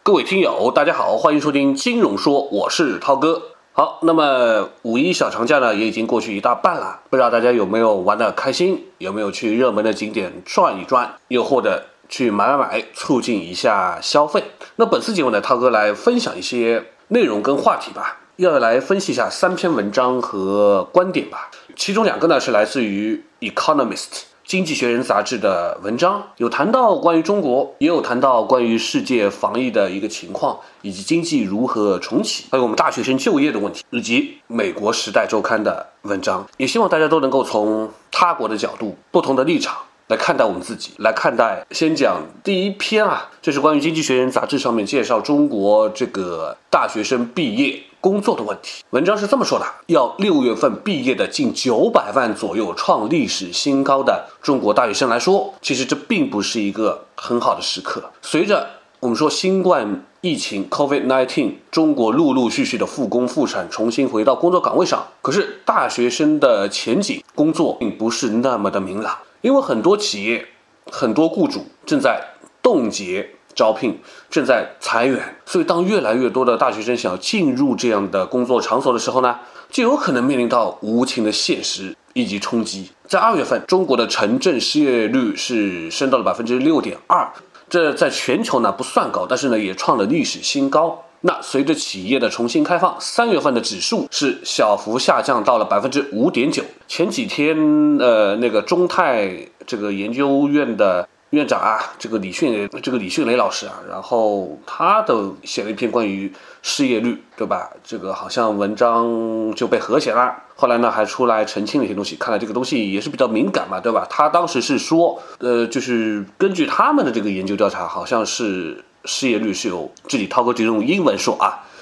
各位听友，大家好，欢迎收听金融说，我是涛哥。好，那么五一小长假呢，也已经过去一大半了，不知道大家有没有玩得开心，有没有去热门的景点转一转，又或者去买，促进一下消费。那本次节目呢，涛哥来分享一些内容跟话题吧，要来分析一下3篇文章和观点吧。其中2个呢是来自于 Economist经济学人杂志的文章，有谈到关于中国，也有谈到关于世界防疫的一个情况，以及经济如何重启，还有我们大学生就业的问题，以及美国时代周刊的文章。也希望大家都能够从他国的角度，不同的立场来看待我们自己，来看待。先讲第一篇这是关于经济学人杂志上面介绍中国这个大学生毕业工作的问题。文章是这么说的，要6月份毕业的近900万左右创历史新高的中国大学生来说，其实这并不是一个很好的时刻。随着我们说新冠疫情 COVID-19 中国陆陆续续的复工复产，重新回到工作岗位上，可是大学生的前景工作并不是那么的明朗，因为很多企业很多雇主正在冻结招聘，正在裁员，所以当越来越多的大学生想要进入这样的工作场所的时候呢，就有可能面临到无情的现实以及冲击。在2月份，中国的城镇失业率是升到了 6.2%， 这在全球呢不算高，但是呢也创了历史新高。那随着企业的重新开放，3月份的指数是小幅下降到了 5.9%。 前几天那个中泰这个研究院的院长这个李迅雷老师然后他都写了一篇关于失业率，对吧？这个好像文章就被和谐了，后来呢还出来澄清了一些东西，看来这个东西也是比较敏感嘛，对吧？他当时是说就是根据他们的这个研究调查，好像是失业率是有，这里涛哥就用英文说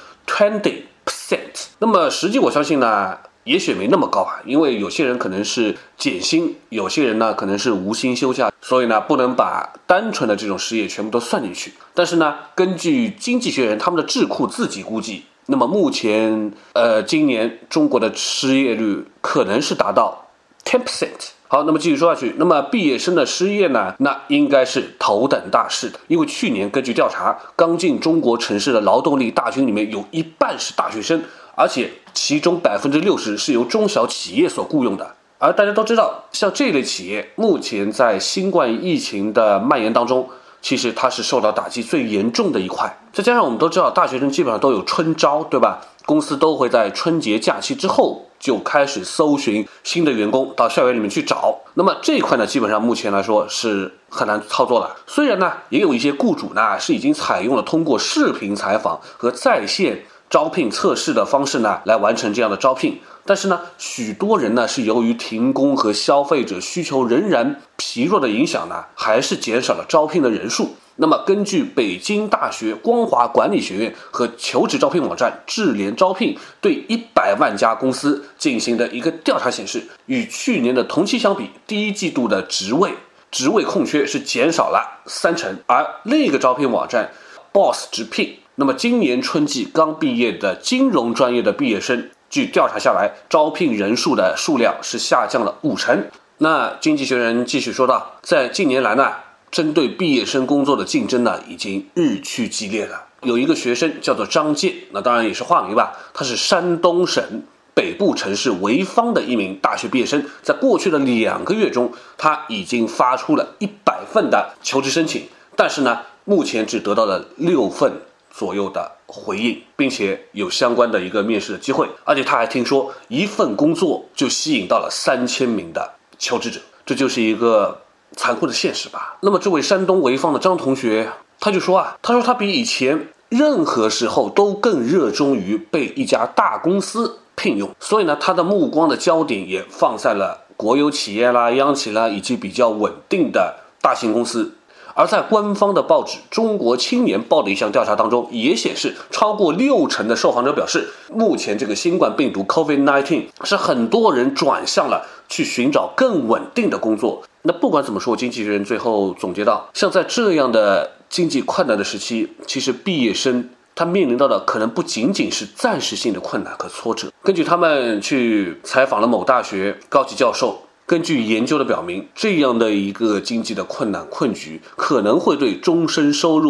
20%。那么实际我相信呢也许没那么高因为有些人可能是减薪，有些人呢可能是无薪休假，所以呢不能把单纯的这种失业全部都算进去。但是呢根据经济学人他们的智库自己估计，那么目前今年中国的失业率可能是达到 10%。 好，那么继续说下去，那么毕业生的失业呢，那应该是头等大事的，因为去年根据调查，刚进中国城市的劳动力大军里面有一半是大学生，而且其中 60% 是由中小企业所雇佣的。而大家都知道，像这类企业目前在新冠疫情的蔓延当中，其实它是受到打击最严重的一块。再加上我们都知道，大学生基本上都有春招，对吧？公司都会在春节假期之后就开始搜寻新的员工到校园里面去找。那么这一块呢，基本上目前来说是很难操作了。虽然呢，也有一些雇主呢是已经采用了通过视频采访和在线招聘测试的方式呢来完成这样的招聘，但是呢，许多人呢是由于停工和消费者需求仍然疲弱的影响呢，还是减少了招聘的人数。那么根据北京大学光华管理学院和求职招聘网站智联招聘对100万家公司进行的一个调查显示，与去年的同期相比，第一季度的职位空缺是减少了30%，而另一个招聘网站 Boss 直聘，那么今年春季刚毕业的金融专业的毕业生，据调查下来，招聘人数的数量是下降了50%。那经济学人继续说道，在近年来呢，针对毕业生工作的竞争呢，已经日趋激烈了。有一个学生叫做张健，那当然也是化名吧，他是山东省北部城市潍坊的一名大学毕业生，在过去的2个月中，他已经发出了100份的求职申请，但是呢，目前只得到了6份左右的回应，并且有相关的一个面试的机会，而且他还听说1份工作就吸引到了3000名的求职者，这就是一个残酷的现实吧。那么这位山东潍坊的张同学，他就说他比以前任何时候都更热衷于被一家大公司聘用，所以呢，他的目光的焦点也放在了国有企业啦、央企啦，以及比较稳定的大型公司。而在官方的报纸《中国青年报》的一项调查当中，也显示超过60%的受访者表示，目前这个新冠病毒 COVID-19 是很多人转向了去寻找更稳定的工作。那不管怎么说，经济学人最后总结到，像在这样的经济困难的时期，其实毕业生他面临到的可能不仅仅是暂时性的困难和挫折。根据他们去采访了某大学高级教授，根据研究的表明，这样的一个经济的困难困局可能会对终身收入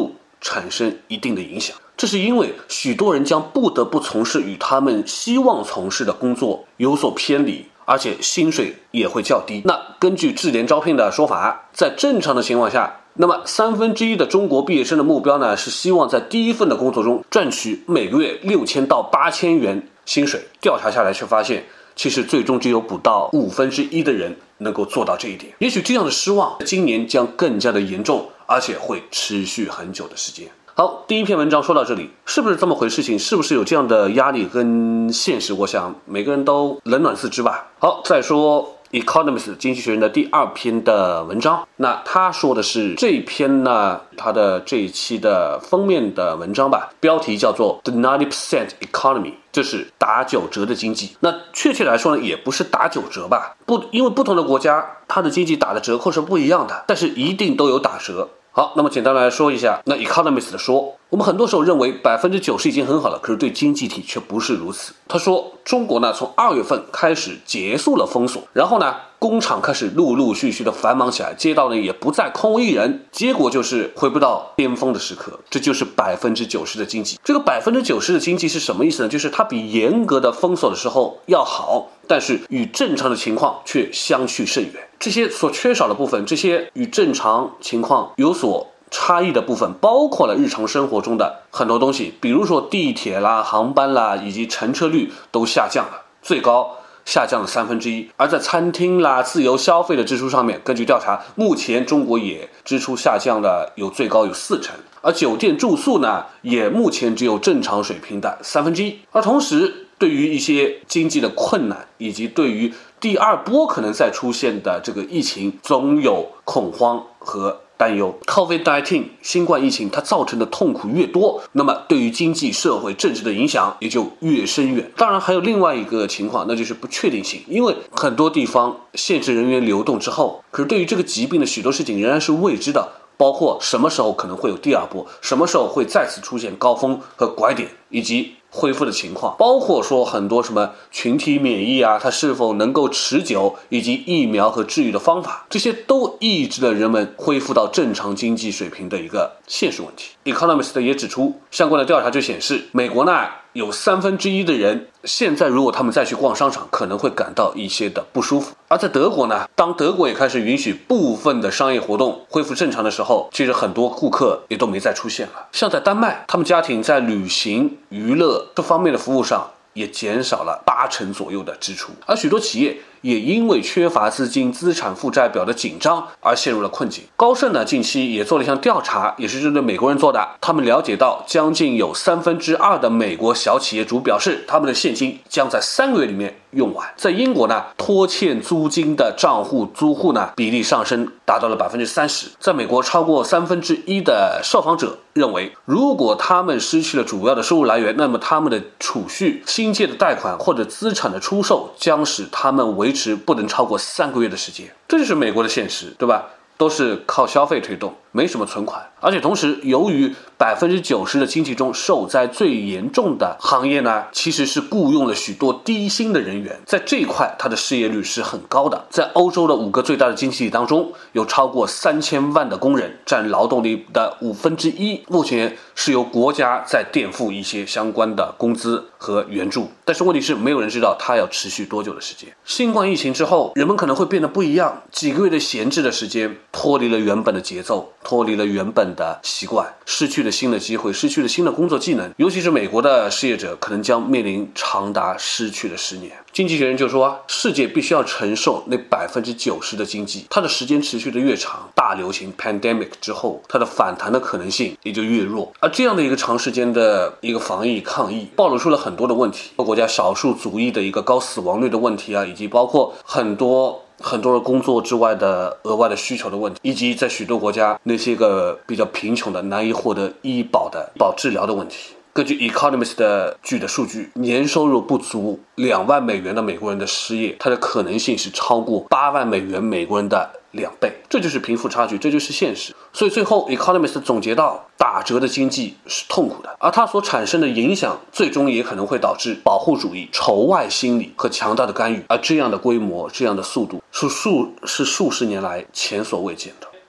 产生一定的影响。这是因为许多人将不得不从事与他们希望从事的工作有所偏离，而且薪水也会较低。那根据智联招聘的说法，在正常的情况下，那么1/3的中国毕业生的目标呢，是希望在第一份的工作中赚取每个月6000到8000元薪水。调查下来却发现，其实最终只有不到1/5的人能够做到这一点。也许这样的失望今年将更加的严重，而且会持续很久的时间。好，第一篇文章说到这里，是不是这么回事情？是不是有这样的压力跟现实？我想每个人都冷暖自知吧。好，再说Economist 经济学人的第二篇的文章，那他说的是这一篇呢，他的这一期的封面的文章吧，标题叫做 The 90% Economy， 这是打9折的经济。那确切来说呢，也不是打9折吧，因为不同的国家它的经济打的折扣是不一样的，但是一定都有打折。好，那么简单来说一下，那 Economist 说，我们很多时候认为90%已经很好了，可是对经济体却不是如此。他说，中国呢从2月份开始结束了封锁，然后呢工厂开始陆陆续续的繁忙起来，街道呢也不再空无一人，结果就是回不到巅峰的时刻，这就是90%的经济。这个90%的经济是什么意思呢？就是它比严格的封锁的时候要好，但是与正常的情况却相去甚远。这些所缺少的部分，这些与正常情况有所差异的部分，包括了日常生活中的很多东西，比如说地铁啦、航班啦，以及乘车率都下降了，最高下降了1/3。而在餐厅啦、自由消费的支出上面，根据调查，目前中国也支出下降了最高有40%，而酒店住宿呢，也目前只有正常水平的1/3。而同时，对于一些经济的困难，以及对于第二波可能再出现的这个疫情，总有恐慌和担忧。 COVID-19 新冠疫情它造成的痛苦越多，那么对于经济社会政治的影响也就越深远。当然还有另外一个情况，那就是不确定性，因为很多地方限制人员流动之后，可是对于这个疾病的许多事情仍然是未知的，包括什么时候可能会有第二波，什么时候会再次出现高峰和拐点，以及恢复的情况，包括说很多什么群体免疫啊，它是否能够持久，以及疫苗和治愈的方法，这些都抑制了人们恢复到正常经济水平的一个现实问题。 Economist 也指出，相关的调查就显示，美国呢有1/3的人现在如果他们再去逛商场，可能会感到一些的不舒服。而在德国呢，当德国也开始允许部分的商业活动恢复正常的时候，其实很多顾客也都没再出现了。像在丹麦，他们家庭在旅行、娱乐这方面的服务上也减少了80%左右的支出，而许多企业也因为缺乏资金、资产负债表的紧张而陷入了困境。高盛呢近期也做了一项调查，也是针对美国人做的，他们了解到将近有2/3的美国小企业主表示，他们的现金将在3个月里面用完。在英国呢，拖欠租金的账户租户呢比例上升达到了30%。在美国，超过1/3的受访者认为，如果他们失去了主要的收入来源，那么他们的储蓄、新借的贷款或者资产的出售将使他们维持不能超过3个月的时间。这就是美国的现实，对吧？都是靠消费推动，没什么存款。而且同时，由于90%的经济中受灾最严重的行业呢，其实是雇佣了许多低薪的人员，在这一块它的失业率是很高的。在欧洲的5个最大的经济体当中，有超过3000万的工人，占劳动力的1/5，目前是由国家在垫付一些相关的工资和援助。但是问题是，没有人知道它要持续多久的时间。新冠疫情之后，人们可能会变得不一样，几个月的闲置的时间，脱离了原本的节奏，脱离了原本的习惯，失去了新的机会，失去了新的工作技能。尤其是美国的失业者，可能将面临长达失去的10年。经济学人就说世界必须要承受那90%的经济，它的时间持续的越长，大流行 pandemic 之后，它的反弹的可能性也就越弱。而这样的一个长时间的一个防疫抗疫，暴露出了很多的问题，国家少数族裔的一个高死亡率的问题啊，以及包括很多的工作之外的额外的需求的问题，以及在许多国家那些个比较贫穷的难以获得医保治疗的问题。根据 Economist 的数据，年收入不足2万美元的美国人的失业，它的可能性是超过8万美元美国人的2倍。这就是贫富差距，这就是现实。所以最后 Economist 总结到，打折的经济是痛苦的，而它所产生的影响最终也可能会导致保护主义、仇外心理和强大的干预，而这样的规模、这样的速度是数十年来前所未见的。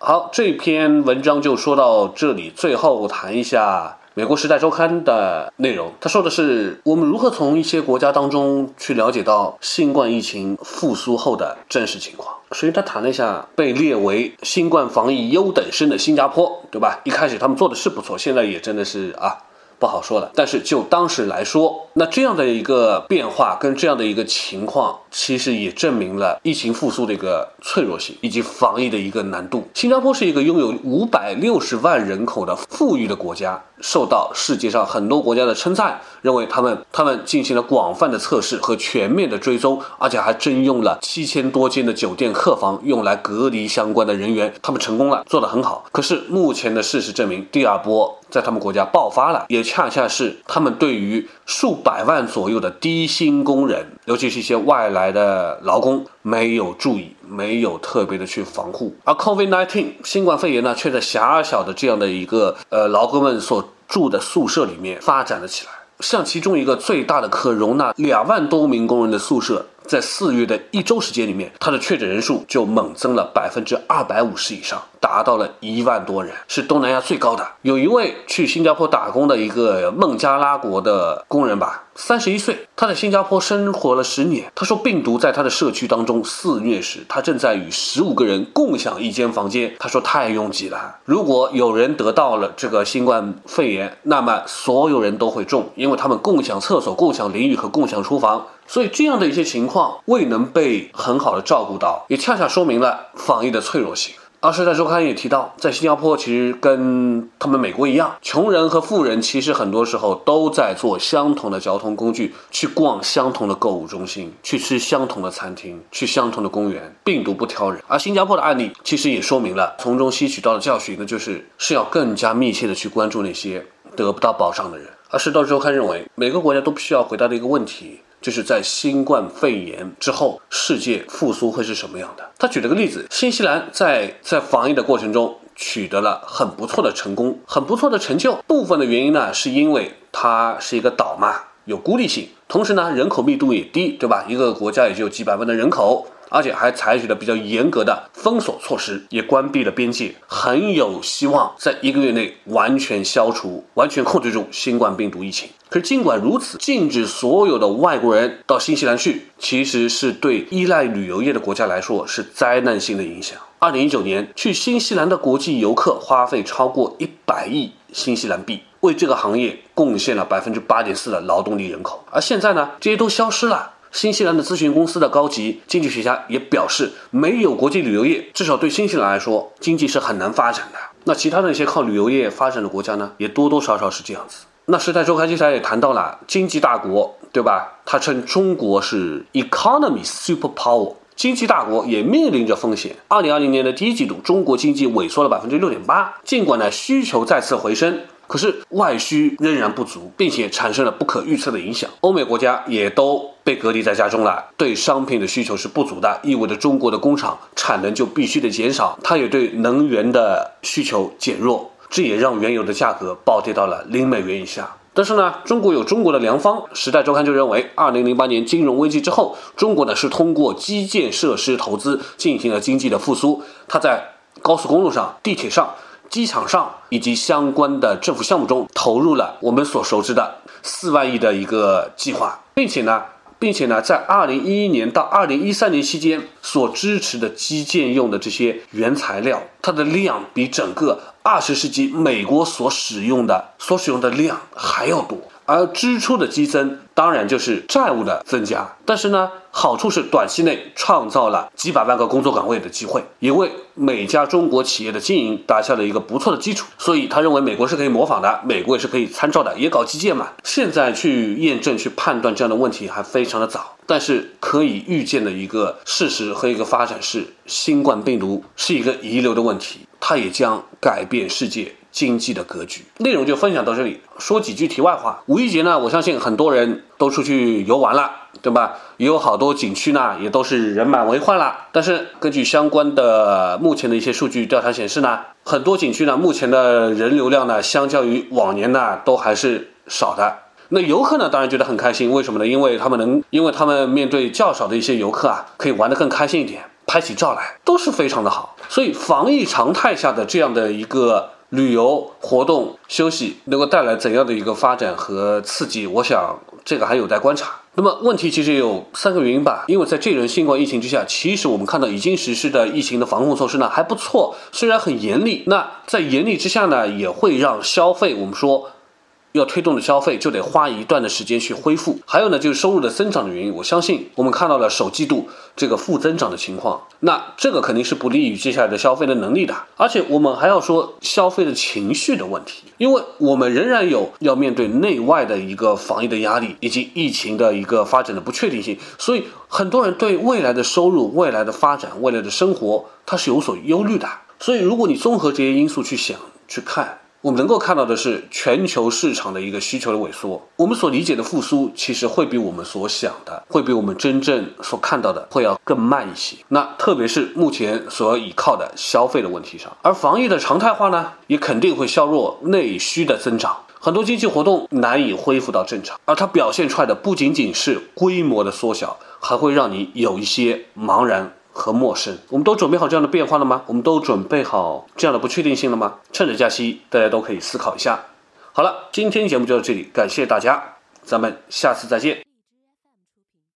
好，这篇文章就说到这里，最后谈一下美国时代周刊的内容。他说的是我们如何从一些国家当中去了解到新冠疫情复苏后的真实情况。所以他谈了一下被列为新冠防疫优等生的新加坡，对吧？一开始他们做的是不错，现在也真的是不好说了。但是就当时来说，那这样的一个变化跟这样的一个情况，其实也证明了疫情复苏的一个脆弱性以及防疫的一个难度。新加坡是一个拥有560万人口的富裕的国家，受到世界上很多国家的称赞，认为他们进行了广泛的测试和全面的追踪，而且还征用了7000多间的酒店客房用来隔离相关的人员，他们成功了，做得很好。可是目前的事实证明，第二波在他们国家爆发了，也恰恰是他们对于数百万左右的低薪工人，尤其是一些外来的劳工，没有注意，没有特别的去防护。而 COVID-19 新冠肺炎呢，却在狭小的这样的一个劳工们所住的宿舍里面发展了起来。像其中一个最大的可容纳2万多名工人的宿舍，在4月的1周时间里面，它的确诊人数就猛增了250%以上，达到了1万多人，是东南亚最高的。有一位去新加坡打工的一个孟加拉国的工人吧，31岁，他在新加坡生活了10年。他说病毒在他的社区当中肆虐时，他正在与15个人共享一间房间。他说太拥挤了，如果有人得到了这个新冠肺炎，那么所有人都会中，因为他们共享厕所、共享淋浴和共享厨房。所以这样的一些情况未能被很好的照顾到，也恰恰说明了防疫的脆弱性。而时代周刊也提到，在新加坡其实跟他们美国一样，穷人和富人其实很多时候都在坐相同的交通工具，去逛相同的购物中心，去吃相同的餐厅，去相同的公园，病毒不挑人。而新加坡的案例其实也说明了从中吸取到的教训呢，就是要更加密切的去关注那些得不到保障的人。而时代周刊认为，每个国家都必须要回答的一个问题，就是在新冠肺炎之后，世界复苏会是什么样的？他举了个例子，新西兰在防疫的过程中取得了很不错的成功，很不错的成就。部分的原因呢，是因为它是一个岛嘛，有孤立性，同时呢，人口密度也低，对吧？一个国家也就几百万的人口，而且还采取了比较严格的封锁措施，也关闭了边界，很有希望在1个月内完全消除、完全控制住新冠病毒疫情。可是尽管如此，禁止所有的外国人到新西兰去，其实是对依赖旅游业的国家来说是灾难性的影响。2019年，去新西兰的国际游客花费超过100亿新西兰币，为这个行业贡献了8.4%的劳动力人口。而现在呢，这些都消失了。新西兰的咨询公司的高级经济学家也表示，没有国际旅游业，至少对新西兰来说，经济是很难发展的。那其他的一些靠旅游业发展的国家呢，也多多少少是这样子。那时代周刊接下来也谈到了经济大国，对吧？他称中国是 economy superpower， 经济大国也面临着风险。2020年的第1季度，中国经济萎缩了6.8%，尽管呢需求再次回升，可是外需仍然不足，并且产生了不可预测的影响。欧美国家也都被隔离在家中了，对商品的需求是不足的，意味着中国的工厂产能就必须得减少，它也对能源的需求减弱，这也让原油的价格暴跌到了$0以下。但是呢，中国有中国的良方。时代周刊就认为，2008年金融危机之后，中国呢是通过基建设施投资进行了经济的复苏。它在高速公路上、地铁上、机场上以及相关的政府项目中投入了我们所熟知的4万亿的一个计划，并且呢，在2011年到2013年期间所支持的基建用的这些原材料，它的量比整个20世纪美国所使用的量还要多。而支出的激增当然就是债务的增加，但是呢，好处是短期内创造了几百万个工作岗位的机会，也为每家中国企业的经营打下了一个不错的基础。所以他认为美国是可以模仿的，美国也是可以参照的，也搞基建嘛。现在去验证、去判断这样的问题还非常的早，但是可以预见的一个事实和一个发展是，新冠病毒是一个遗留的问题，它也将改变世界经济的格局。内容就分享到这里。说几句题外话，五一节呢，我相信很多人都出去游玩了，对吧？也有好多景区呢，也都是人满为患了。但是根据相关的目前的一些数据调查显示呢，很多景区呢，目前的人流量呢，相较于往年呢，都还是少的。那游客呢，当然觉得很开心，为什么呢？因为他们面对较少的一些游客啊，可以玩得更开心一点。 拍起照来都是非常的好。所以防疫常态下的这样的一个旅游活动休息能够带来怎样的一个发展和刺激，我想这个还有待观察。那么问题其实也有3个原因吧，因为在这轮新冠疫情之下，其实我们看到已经实施的疫情的防控措施呢还不错，虽然很严厉，那在严厉之下呢，也会让消费，我们说要推动的消费就得花一段的时间去恢复。还有呢，就是收入的增长的原因，我相信我们看到了首季度这个负增长的情况，那这个肯定是不利于接下来的消费的能力的。而且我们还要说消费的情绪的问题，因为我们仍然有要面对内外的一个防疫的压力，以及疫情的一个发展的不确定性，所以很多人对未来的收入、未来的发展、未来的生活，它是有所忧虑的。所以如果你综合这些因素去想去看，我们能够看到的是全球市场的一个需求的萎缩，我们所理解的复苏其实会比我们所想的，会比我们真正所看到的会要更慢一些。那特别是目前所要依靠的消费的问题上，而防疫的常态化呢，也肯定会削弱内需的增长，很多经济活动难以恢复到正常，而它表现出来的不仅仅是规模的缩小，还会让你有一些茫然和陌生。我们都准备好这样的变化了吗？我们都准备好这样的不确定性了吗？趁着假期，大家都可以思考一下。好了，今天节目就到这里，感谢大家，咱们下次再见。